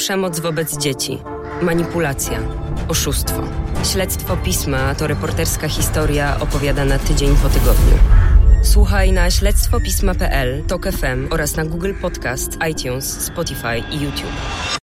Przemoc wobec dzieci, manipulacja, oszustwo. Śledztwo Pisma to reporterska historia opowiadana tydzień po tygodniu. Słuchaj na śledztwopisma.pl, TOK FM oraz na Google Podcast, iTunes, Spotify i YouTube.